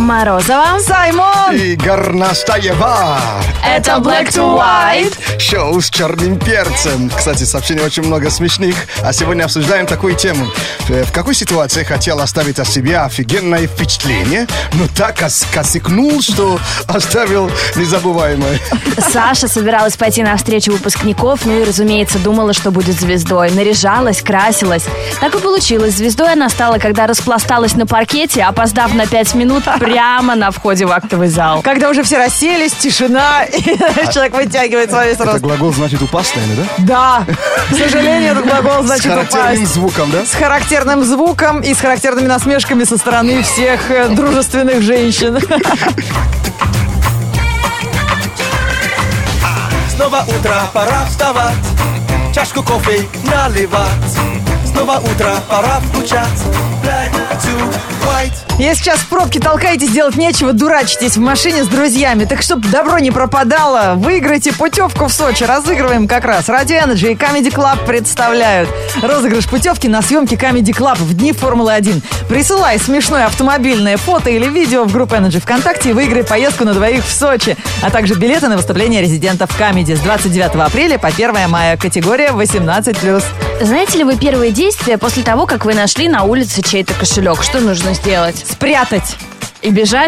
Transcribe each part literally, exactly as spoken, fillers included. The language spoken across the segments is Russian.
Морозова, Саймон и Горностаева. Это Black to White. Шоу с черным перцем. Кстати, сообщений очень много смешных. А сегодня обсуждаем такую тему. В какой ситуации хотел оставить о себе офигенное впечатление, но так кос- косякнул, что оставил незабываемое. Саша собиралась пойти на встречу выпускников, ну и, разумеется, думала, что будет звездой. Наряжалась, красилась. Так и получилось. Звездой она стала, когда распласталась на паркете, опоздав на пять минут прямо на входе в актовый зал. Когда уже все расселись, тишина, и человек вытягивает свой весь рост. Это глагол значит упасть, наверное, да? Да, к сожалению, этот глагол значит С характерным упасть. звуком, да? С характерным звуком и с характерными насмешками со стороны всех э, дружественных женщин. Снова утро, пора вставать, чашку кофе наливать. Снова утро, пора включать Black to White. Если сейчас в пробке толкаетесь, делать нечего, дурачитесь в машине с друзьями, так чтобы добро не пропадало, выиграйте путевку в Сочи. Разыгрываем как раз. Radio Energy и Comedy Club представляют розыгрыш путевки на съемки Comedy Club в дни Формулы один. Присылай смешное автомобильное фото или видео в группу Energy ВКонтакте и выиграй поездку на двоих в Сочи, а также билеты на выступление резидентов Comedy с двадцать девятого апреля по первое мая. Категория восемнадцать плюс. Знаете ли вы первые действия после того, как вы нашли на улице чей-то кошелек? Что нужно сделать? Спрятать. И бежать?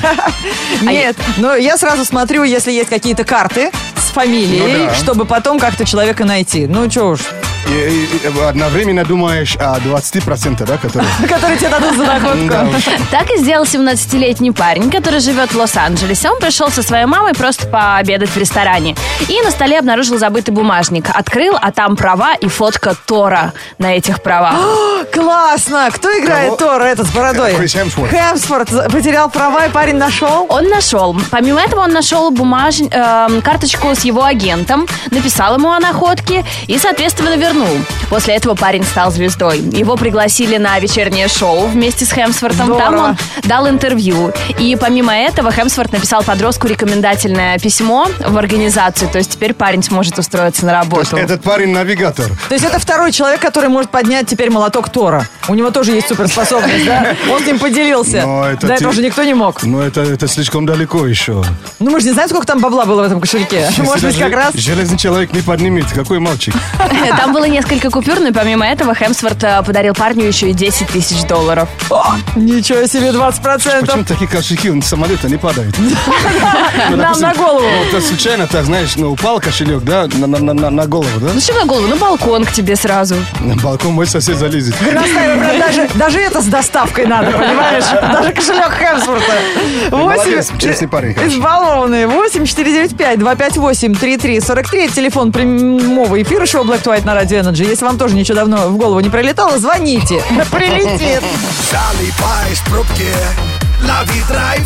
Нет, но я сразу смотрю, если есть какие-то карты с фамилией, Ну да. чтобы потом как-то человека найти. Ну, что уж. И, и- и одновременно думаешь о двадцати процентах, да, которые... Которые тебе дадут за находку. Да уж. Так и сделал семнадцатилетний парень, который живет в Лос-Анджелесе. Он пришел со своей мамой просто пообедать в ресторане. И на столе обнаружил забытый бумажник. Открыл, а там права и фотка Тора на этих правах. Классно! Кто играет Кого? Тора, этот с бородой? Крис Хемсворт. Хемсворт потерял права, и парень нашел? Он нашел. Помимо этого он нашел бумаж... эм, карточку с его агентом, написал ему о находке и, соответственно, вернул. После этого парень стал звездой. Его пригласили на вечернее шоу вместе с Хемсвортом. Здорово. Там он дал интервью. И помимо этого Хемсворт написал подростку рекомендательное письмо в организацию. То есть теперь парень сможет устроиться на То есть работу. этот парень навигатор. То есть это второй человек, который может поднять теперь молоток Тора. У него тоже есть суперспособность, да? Он с ним поделился. Но это До ты- этого же никто не мог. Но это, это слишком далеко еще. Ну, мы же не знаем, сколько там бабла было в этом кошельке. Может быть, Если как даже раз... Железный человек не поднимет. Какой мальчик? Там было несколько купюр, но помимо этого Хемсворт э, подарил парню еще и десять тысяч долларов. О, ничего себе, двадцать процентов. Почему такие кошельки он с самолета не падают? Ну, Нам допустим, на голову. ну, вот случайно, так, знаешь, ну, упал кошелек, да, на, на- на- на голову, да? Ну что на голову? На балкон к тебе сразу. На балкон мой сосед залезет. Горностаева, прям даже, даже это с доставкой надо, понимаешь? Даже кошелек Хемсворта. Молодец, честный парень, конечно. Избалованные. восемь четыре девять пять два пять восемь три три сорок три. Телефон прямого эфира шоу Black to White на Radio Energy. Если вам тоже ничего давно в голову не прилетало, звоните. Прилетит. Залипаешь в пробке, лови драйв.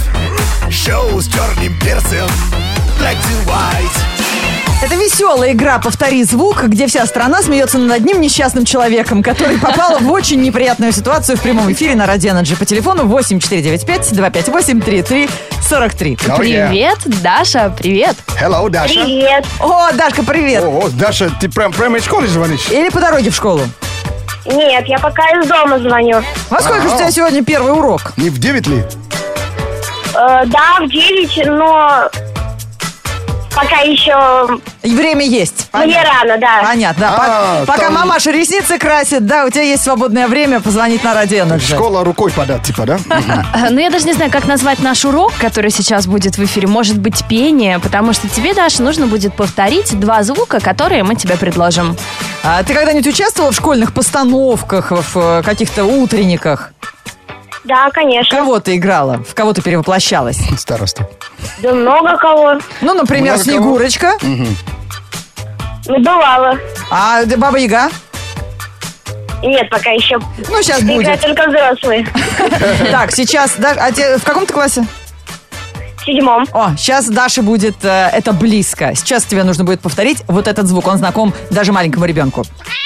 Шоу с черным перцем Black to White. Это веселая игра «Повтори звук», где вся страна смеется над одним несчастным человеком, который попал в очень неприятную ситуацию в прямом эфире на Radio Energy по телефону восемь четыре девять пять два пять восемь три три сорок три. Oh, yeah. Привет, Даша, привет. Hello, Даша. Привет. О, Дашка, привет. О, Даша, ты прям, прямо из школы звонишь? Или по дороге в школу? Нет, я пока из дома звоню. Во сколько же у тебя сегодня первый урок? Не в девять ли? Э, да, в девять, но пока еще И время есть. мне Понятно. рано, да. Понятно, да. А, По- Пока там- мамаша ресницы красит, да, у тебя есть свободное время позвонить на Radio Energy. Школа рукой подать, типа, да? Э, Ну, я даже не знаю, как назвать наш урок, который сейчас будет в эфире. Может быть, пение, потому что тебе, Даша, нужно будет повторить два звука, которые мы тебе предложим. А ты когда-нибудь участвовала в школьных постановках, в э, каких-то утренниках? Да, конечно. Кого ты играла? В кого ты перевоплощалась? Староста. Да много кого. Ну, например, Много кого? Снегурочка. Ну, бывало. А д- Баба Яга? Нет, пока еще. Ну, сейчас Играют будет. только взрослые. Так, сейчас... Да, а те- в каком ты классе? В седьмом. О, сейчас Даше будет э, это близко. Сейчас тебе нужно будет повторить вот этот звук. Он знаком даже маленькому ребенку.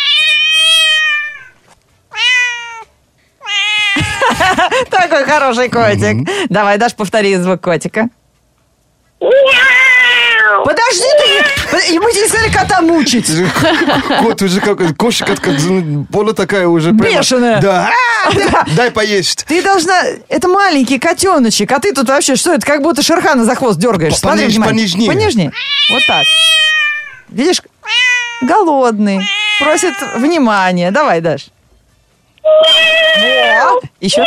Такой хороший котик. Давай, Даш, повтори звук котика. Мяу! Подожди ты, И мы тебе сказали кота мучить. Кот уже как... Кошка как пола такая уже... Бешеная. Да. Дай поесть. Ты должна... Это маленький котеночек, а ты тут вообще что это? Как будто Шерхана за хвост дергаешь. Смотри Пониж, внимание. понежнее. Понежнее. Вот так. Видишь? Голодный. Просит внимания. Давай, Даш. Вот. Еще.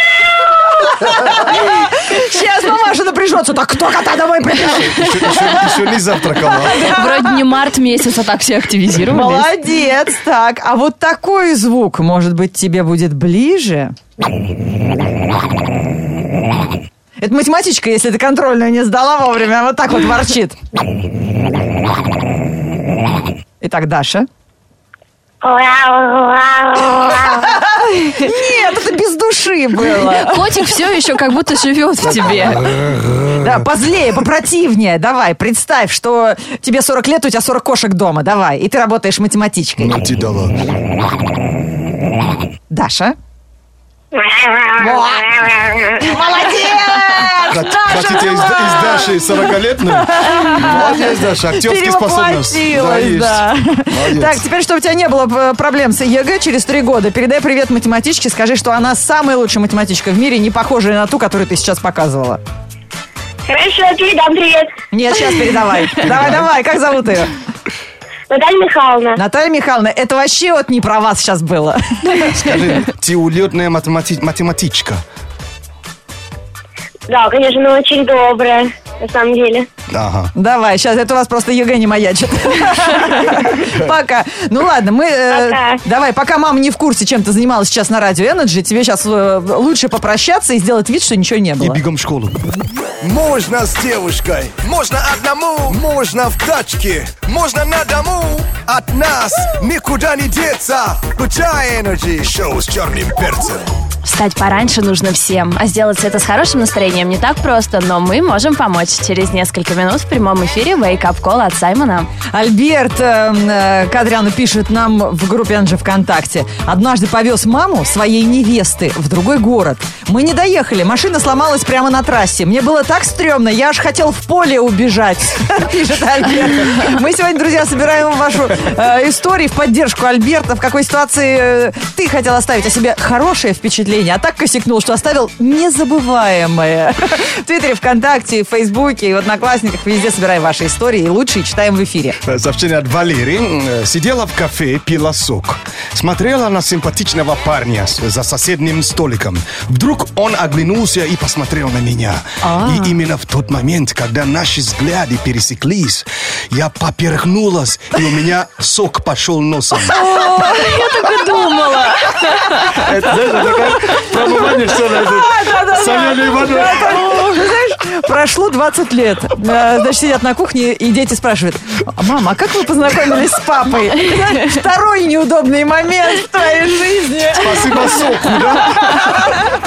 Сейчас мамаша напряжется. Так кто кота домой прибежал? Еще, еще, еще не завтракала. Вроде не март месяц, а так все активизировались. Молодец. Так, а вот такой звук, может быть, тебе будет ближе? Это математичка, если ты контрольную не сдала вовремя, вот так вот ворчит. Итак, Даша. Нет, это без души было. Котик все еще как будто живет в тебе. Да, позлее, попротивнее. Давай, представь, что тебе сорок лет, у тебя сорок кошек дома. Давай, и ты работаешь математичкой. Ну, ты дала. Даша. Молодец! Хотите из, из Даши сорокалетную? Молодец, Даша, актерские способности. Перевоплотилась, да. Молодец. Так, теперь, чтобы у тебя не было проблем с ЕГЭ через три года, передай привет математичке, скажи, что она самая лучшая математичка в мире, не похожая на ту, которую ты сейчас показывала. Хорошо, передам привет. Нет, сейчас передавай. Давай, давай, как зовут ее? Наталья Михайловна. Наталья Михайловна, это вообще вот не про вас сейчас было. Скажи, ты улетная математи- математичка. Да, конечно, но очень добрая, на самом деле. Ага. Давай, сейчас это у вас просто ЕГЭ не маячит. Пока. Ну ладно, мы... э, Пока. Давай, пока мама не в курсе, чем ты занималась сейчас на Радио Energy, тебе сейчас э, лучше попрощаться и сделать вид, что ничего не И было. бегом в школу. Можно с девушкой, можно одному, можно в тачке, можно на дому. От нас никуда не деться. Включай Energy. Шоу с черным перцем. Встать пораньше нужно всем, а сделать это с хорошим настроением не так просто, но мы можем помочь. Через несколько минут в прямом эфире Wake Up Call от Саймона. Альберт э, э, Кадряну пишет нам в группе Energy ВКонтакте. Однажды повез маму своей невесты в другой город. Мы не доехали, машина сломалась прямо на трассе. Мне было так стрёмно, я аж хотел в поле убежать, пишет Альберт. Мы сегодня, друзья, собираем вашу э, историю в поддержку Альберта. В какой ситуации э, ты хотел оставить о себе хорошее впечатление, а так косякнул, что оставил незабываемое. В Твиттере, ВКонтакте, в Фейсбуке и в Одноклассниках везде собираем ваши истории и лучшие читаем в эфире. Сообщение от Валерии. Сидела в кафе, пила сок. Смотрела на симпатичного парня с- за соседним столиком. Вдруг он оглянулся и посмотрел на меня. И именно в тот момент, когда наши взгляды пересеклись, я поперхнулась, и у меня сок пошел носом. Я так и думала. Это, знаешь, такая промывание, что ли? Соленой водой. Ты знаешь, прошло двадцать лет. Э, Значит, сидят на кухне, и дети спрашивают: мама, а как вы познакомились с папой? Ты знаешь, второй неудобный момент в твоей жизни. Спасибо соку, да?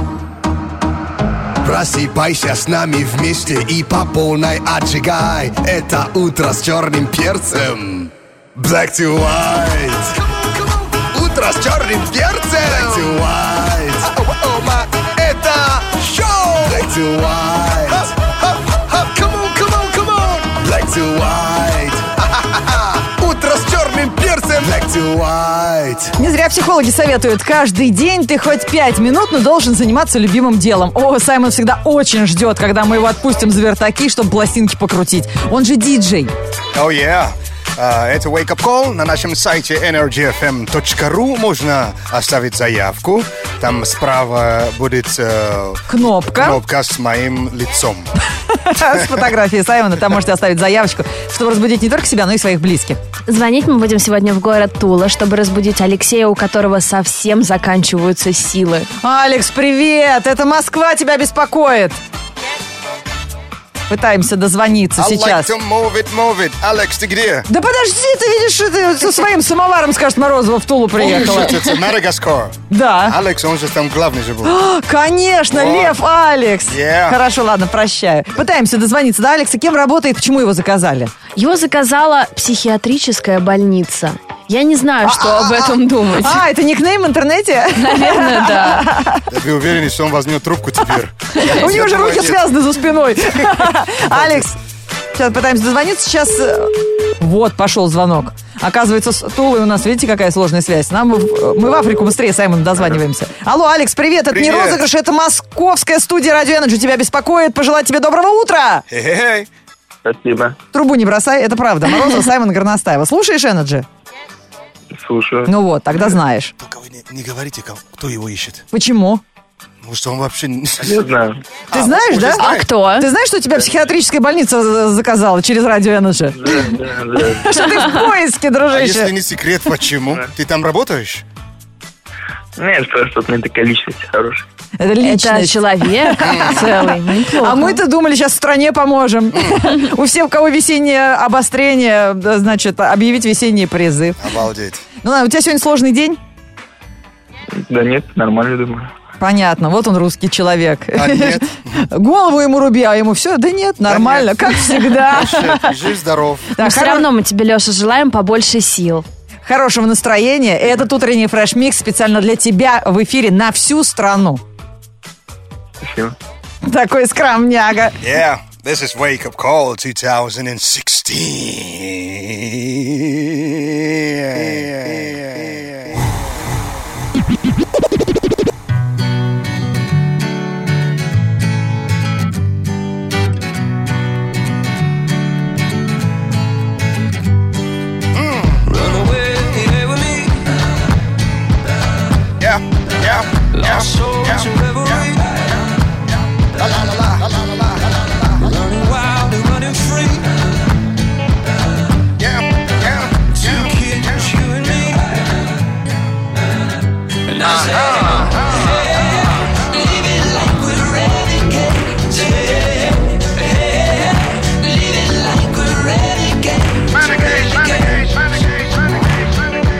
Просыпайся с нами вместе и по полной отжигай. Это утро с черным перцем. Black to white. Утро с черным перцем. Black to white. Это шоу. Black to white. Come on, come on, come on. Black to white. Утро с черным перцем. Black to white. Не зря психологи советуют: каждый день ты хоть пять минут, но должен заниматься любимым делом. О, Саймон всегда очень ждет, когда мы его отпустим за вертаки, чтобы пластинки покрутить. Он же диджей. Oh yeah. А, это Wake Up Call. На нашем сайте энерджи эф эм точка ру можно оставить заявку. Там справа будет э, Кнопка кнопка с моим лицом. с фотографией Саймона. Там можете оставить заявочку, чтобы разбудить не только себя, но и своих близких. Звонить мы будем сегодня в город Тула, чтобы разбудить Алексея, у которого совсем заканчиваются силы. Алекс, привет! Это Москва тебя беспокоит. Пытаемся дозвониться I сейчас. like to move it, move it. Алекс, ты где? Да подожди, ты видишь, что ты со своим самоваром, скажет Морозова, в Тулу приехала. Помнишь, это Мадагаскар? Да. Алекс, он же там главный же был. А, конечно, Вот. Лев Алекс. Yeah. Хорошо, ладно, прощаю. Пытаемся дозвониться до Алекса. Кем работает, почему его заказали? Его заказала психиатрическая больница. Я не знаю, что об этом думать. А, это никнейм в интернете? Наверное, да. Вы уверены, что он возьмет трубку теперь? У него же руки связаны за спиной. Алекс, Сейчас пытаемся дозвониться. Сейчас... э, Вот, пошел звонок. Оказывается, с Тулой у нас, видите, какая сложная связь. Нам, в- мы в Африку быстрее, Саймон, дозваниваемся. Алло, Алекс, привет. Это не Привет. розыгрыш, это московская студия Радио Энерджи. Тебя беспокоит. Пожелать тебе доброго утра. Хе-хе. Спасибо. Трубу не бросай, это правда. Морозов, Саймон Горностаева. Слушаешь Энерджи? Слушаю. Ну вот, тогда знаешь. Только вы не, не говорите, кого- кто его ищет. Почему? Потому что он вообще... не- Не знаю. Ты А, знаешь, уже да? знает. А кто? Ты знаешь, что тебя психиатрическая больница з- заказала через Радио Энерджи? Да, да, да. Что ты в поиске, А дружище? если не секрет, почему? Ты там работаешь? Нет, просто вот у меня такая личность хорошая. Это Это личность. человек целый. Неплохо. А мы-то думали, сейчас стране поможем. У всех, у кого весеннее обострение, да, значит, объявить весенние призы. Обалдеть. Ну ладно, у тебя сегодня сложный день? Да нет, нормально, думаю. Понятно, вот он русский человек. А нет? Голову ему руби, а ему все, да нет, нормально, нет. как всегда. Жив-здоров. Так, Но все хоро- равно мы тебе, Леша, желаем побольше сил. Хорошего настроения. И этот утренний фреш-микс специально для тебя в эфире на всю страну. Спасибо. Такой скромняга. Yeah, this is Wake Up Call twenty sixteen. Yeah, yeah, yeah, yeah. La la la la, la la la la, la la la. Running wild and running free. Yeah, yeah, Two yeah. kids, you and me. And I say, hey, leave it like we're renegades. Hey, hey, leave it like we're renegades. Renegades, renegades, renegades, renegades,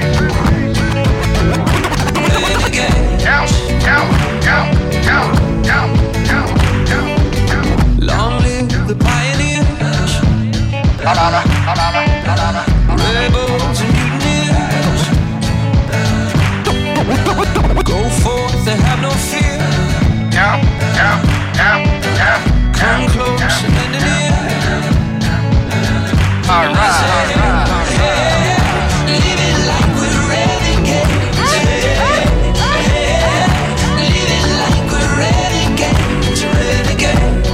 renegades. Renegades. Yeah, yeah, yeah, yeah, yeah, yeah, yeah, yeah. Long live the pioneers, La la la, la la la, la la la. rebels and mutineers. Go forth and have no fear. Yeah, yeah, yeah, yeah. Come close and lend an ear. All right, all right. Leave it like we're renegades. Leave it like we're renegades, renegades.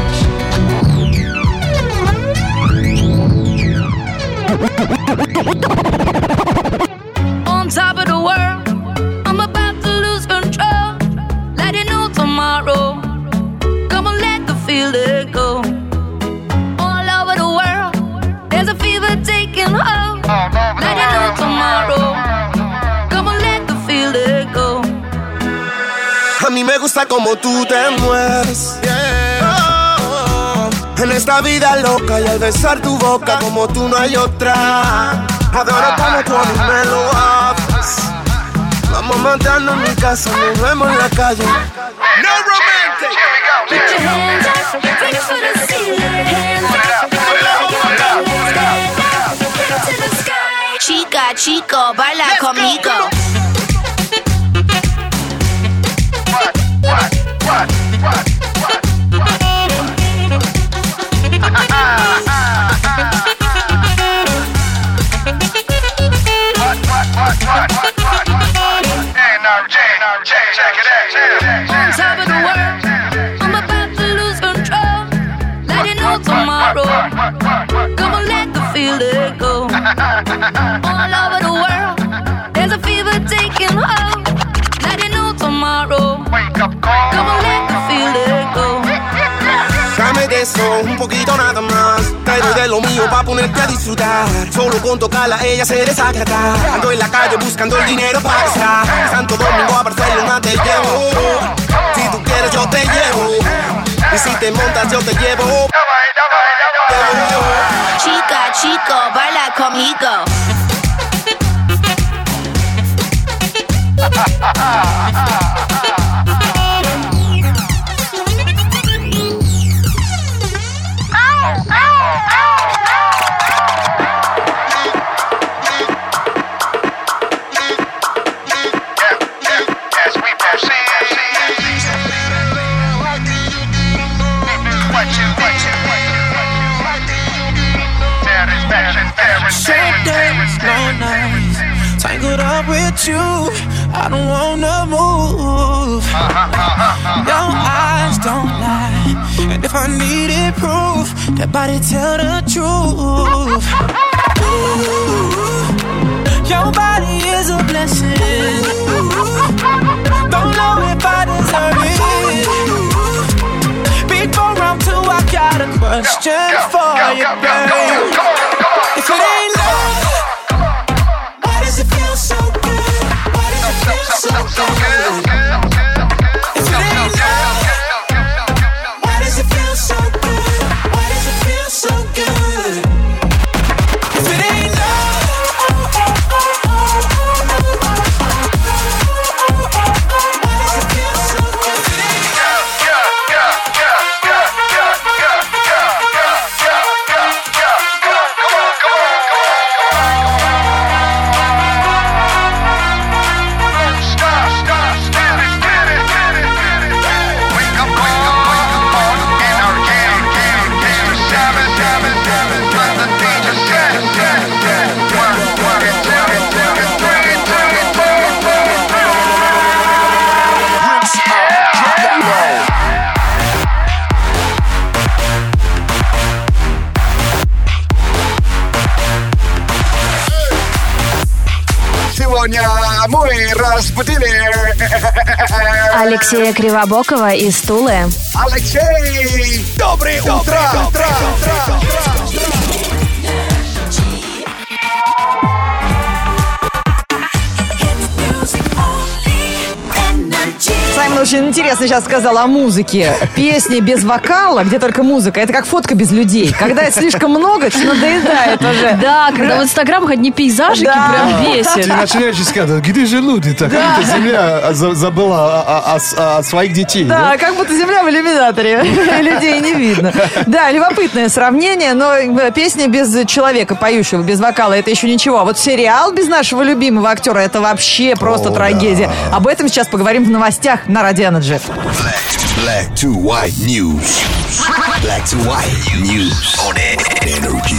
On top of the world, I'm about to lose control. Let it know tomorrow. Come on, let the feeling go. All over the world, there's a fever taking hold. Let it know tomorrow. Come on, let the feeling go. A mí me gusta como tú te mueves. Oh, en esta vida loca y al besar tu boca como tú no hay otra. Adoro como tú a mí me lo haces. Vamos a matarnos en mi casa, nos vemos en la calle. No romantic. Put your hands up, reach for the ceiling. Hands up, stand up, reach to the sky. Chica, chico, baila conmigo. On top of the world, I'm about to lose control. Let it know tomorrow. Come on, let the feeling go. All over the world, there's a fever taking hold. Let it know tomorrow. Come on, let the feeling go. Dame de eso, un poquito nada más. Te doy de lo mío pa' ponerte a disfrutar. Solo con tocarla ella se desagrada. Ando en la calle buscando el dinero para gastar. Santo Domingo a Barcelona te llevo. Si tú quieres yo te llevo. Y si te montas yo te llevo. Chica, chico, baila conmigo. What you, what you, what you, what you, what you. up with you, I don't wanna move. Your eyes don't lie, and if I needed proof, that body tell the truth. Ooh, your body is a blessing. Don't know if I deserve it. Before I'm two, I got a question for you, babe. If it ain't love, why does it feel so good? Why does it feel so good? If it ain't love, why does it feel so good? Why does it feel so good? If it ain't love, why does it feel so good? Сегодня мы разбудили Алексея Кривобокова из Тулы. Алексей, доброе утро! утро, утро, утро. Саймон очень интересно сейчас сказал о музыке. Песни без вокала, где только музыка, это как фотка без людей. Когда это слишком много, это надоедает уже. Да, когда в инстаграмах одни пейзажики, Да. прям Ты бесит. начинаешь искать, где же люди-то? Как эта земля за- забыла о, о- о своих детей. Да, как будто земля в иллюминаторе. Людей не видно. Да, любопытное сравнение, но песня без человека, поющего, без вокала, это еще ничего. А вот сериал без нашего любимого актера, это вообще просто О, трагедия. да. Об этом сейчас поговорим в новостях на Радио Energy. Black to white news. Black to white news on Energy.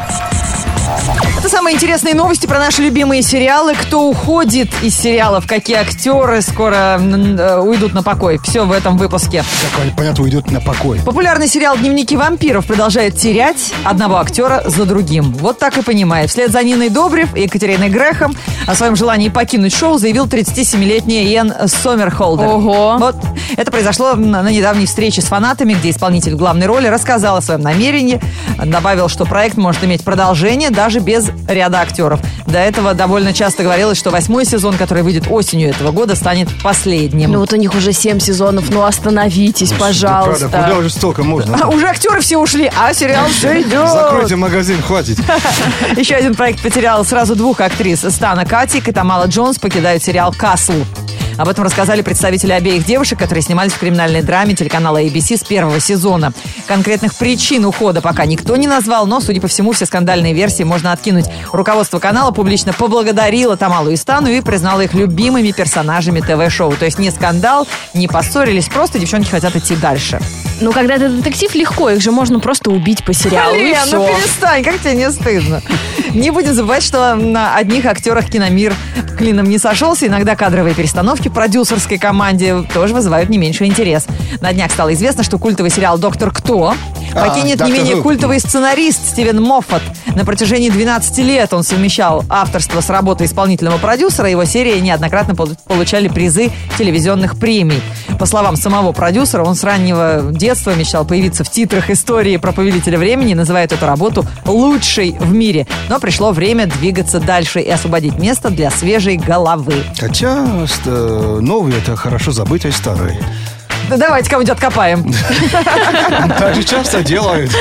Это самые интересные новости про наши любимые сериалы. Кто уходит из сериалов, какие актеры скоро м, э, уйдут на покой. Все в этом выпуске. Как, понятно, уйдет на покой. Популярный сериал «Дневники вампиров» продолжает терять одного актера за другим. Вот так и понимает. Вслед за Ниной Добрев и Екатериной Грэхэм о своем желании покинуть шоу заявил тридцатисемилетний Иэн Сомерхолдер. Ого. Вот. Это произошло на недавней встрече с фанатами, где исполнитель главной роли рассказал о своем намерении. Добавил, что проект может иметь продолжение даже без ряда актеров. До этого довольно часто говорилось, что восьмой сезон, который выйдет осенью этого года, станет последним. Ну вот у них уже семь сезонов, ну остановитесь, пожалуйста. Да, правда, куда уже столько можно? А уже актеры все ушли, а сериал все идет. Закройте магазин, хватит. Еще один проект потерял сразу двух актрис. Стана Катик и Тамала Джонс покидают сериал «Касл». Об этом рассказали представители обеих девушек, которые снимались в криминальной драме телеканала эй би си с первого сезона. Конкретных причин ухода пока никто не назвал, но, судя по всему, все скандальные версии можно откинуть. Руководство канала публично поблагодарило Тамалу и Стану и признало их любимыми персонажами ТВ-шоу. То есть не скандал, не поссорились, просто девчонки хотят идти дальше. Ну, когда это детектив, легко, их же можно просто убить по сериалу, и Блин, все. ну перестань, как тебе не стыдно? Не будем забывать, что на одних актерах киномир клином не сошелся. Иногда кадровые перестановки в продюсерской команде тоже вызывают не меньший интерес. На днях стало известно, что культовый сериал «Доктор Кто» А, покинет не Доктор менее Ху. культовый сценарист Стивен Моффат. На протяжении двенадцати лет он совмещал авторство с работой исполнительного продюсера. Его серии неоднократно пол- получали призы телевизионных премий. По словам самого продюсера, он с раннего детства мечтал появиться в титрах истории про Повелителя времени и называет эту работу лучшей в мире. Но пришло время двигаться дальше и освободить место для свежей головы. Хотя э, новые это хорошо забыть, а старые. Да давайте кого-нибудь откопаем. Так же часто делают.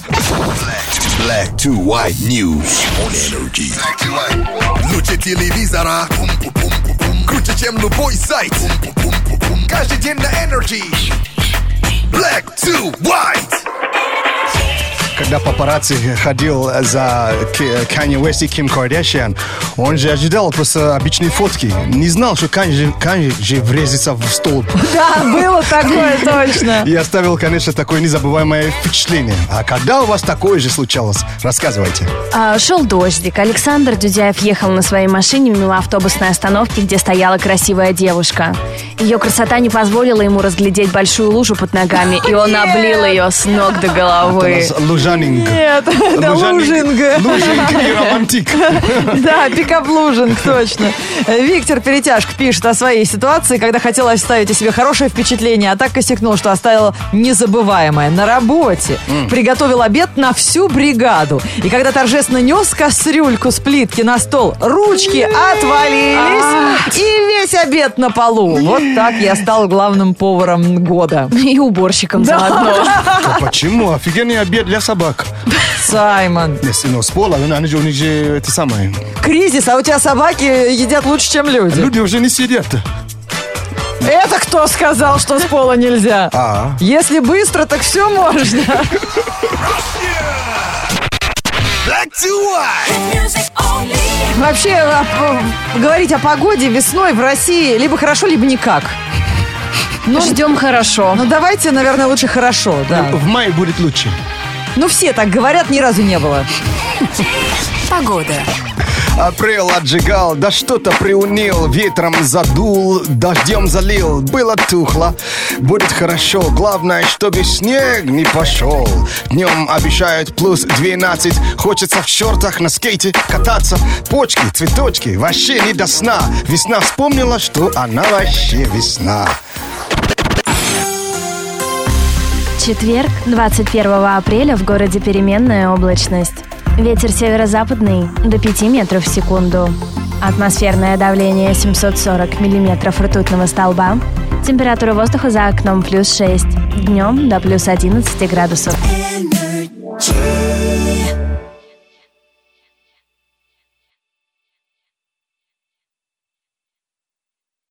Black to white news on Energy. Black to white. Лучше телевизора. Круче, чем любой сайт. Каждый день на Energy. Black to white. когда папарацци ходил за Канье Уэст и Ким Кардашьян, он же ожидал просто обычные фотки. Не знал, что Канье, Канье же врезется в столб. Да, было такое точно. И оставил, конечно, такое незабываемое впечатление. А когда у вас такое же случалось? Рассказывайте. А, шел дождик. Александр Дюдяев ехал на своей машине мимо автобусной остановки, где стояла красивая девушка. Ее красота не позволила ему разглядеть большую лужу под ногами, и он облил ее с ног до головы. Лужанинг. Нет, это лужинг. Лужинг и романтик. Да, пикап лужинг, точно. Виктор Перетяжк пишет о своей ситуации, когда хотел оставить о себе хорошее впечатление, а так косякнул, что оставил незабываемое. На работе приготовил обед на всю бригаду. И когда торжественно нес кастрюльку с плитки на стол, ручки отвалились, и весь обед на полу. Вот так я стал главным поваром года. И уборщиком Да. заодно. Да почему? Офигенный обед для собак. Саймон. Если, ну, с пола, они же, у них же это самое. Кризис, а у тебя собаки едят лучше, чем люди. Люди уже не сидят. Это кто сказал, что с пола нельзя? А. Если быстро, так все можно. Black to white. Вообще, а, п- говорить о погоде весной в России либо хорошо, либо никак. Ну, Ждем хорошо. ну давайте, наверное, лучше хорошо, да. В мае будет лучше. Ну все так говорят, ни разу не было. Апрель отжигал, да что-то приунил, ветром задул, дождем залил, было тухло, будет хорошо, главное, чтобы снег не пошел. Днем обещают плюс двенадцать, хочется в шортах на скейте кататься, почки, цветочки, вообще не до сна, весна вспомнила, что она вообще весна. Четверг, двадцать первого апреля, в городе переменная облачность. Ветер северо-западный до пяти метров в секунду. Атмосферное давление семьсот сорок миллиметров ртутного столба. Температура воздуха за окном плюс шесть. Днем до плюс одиннадцать градусов.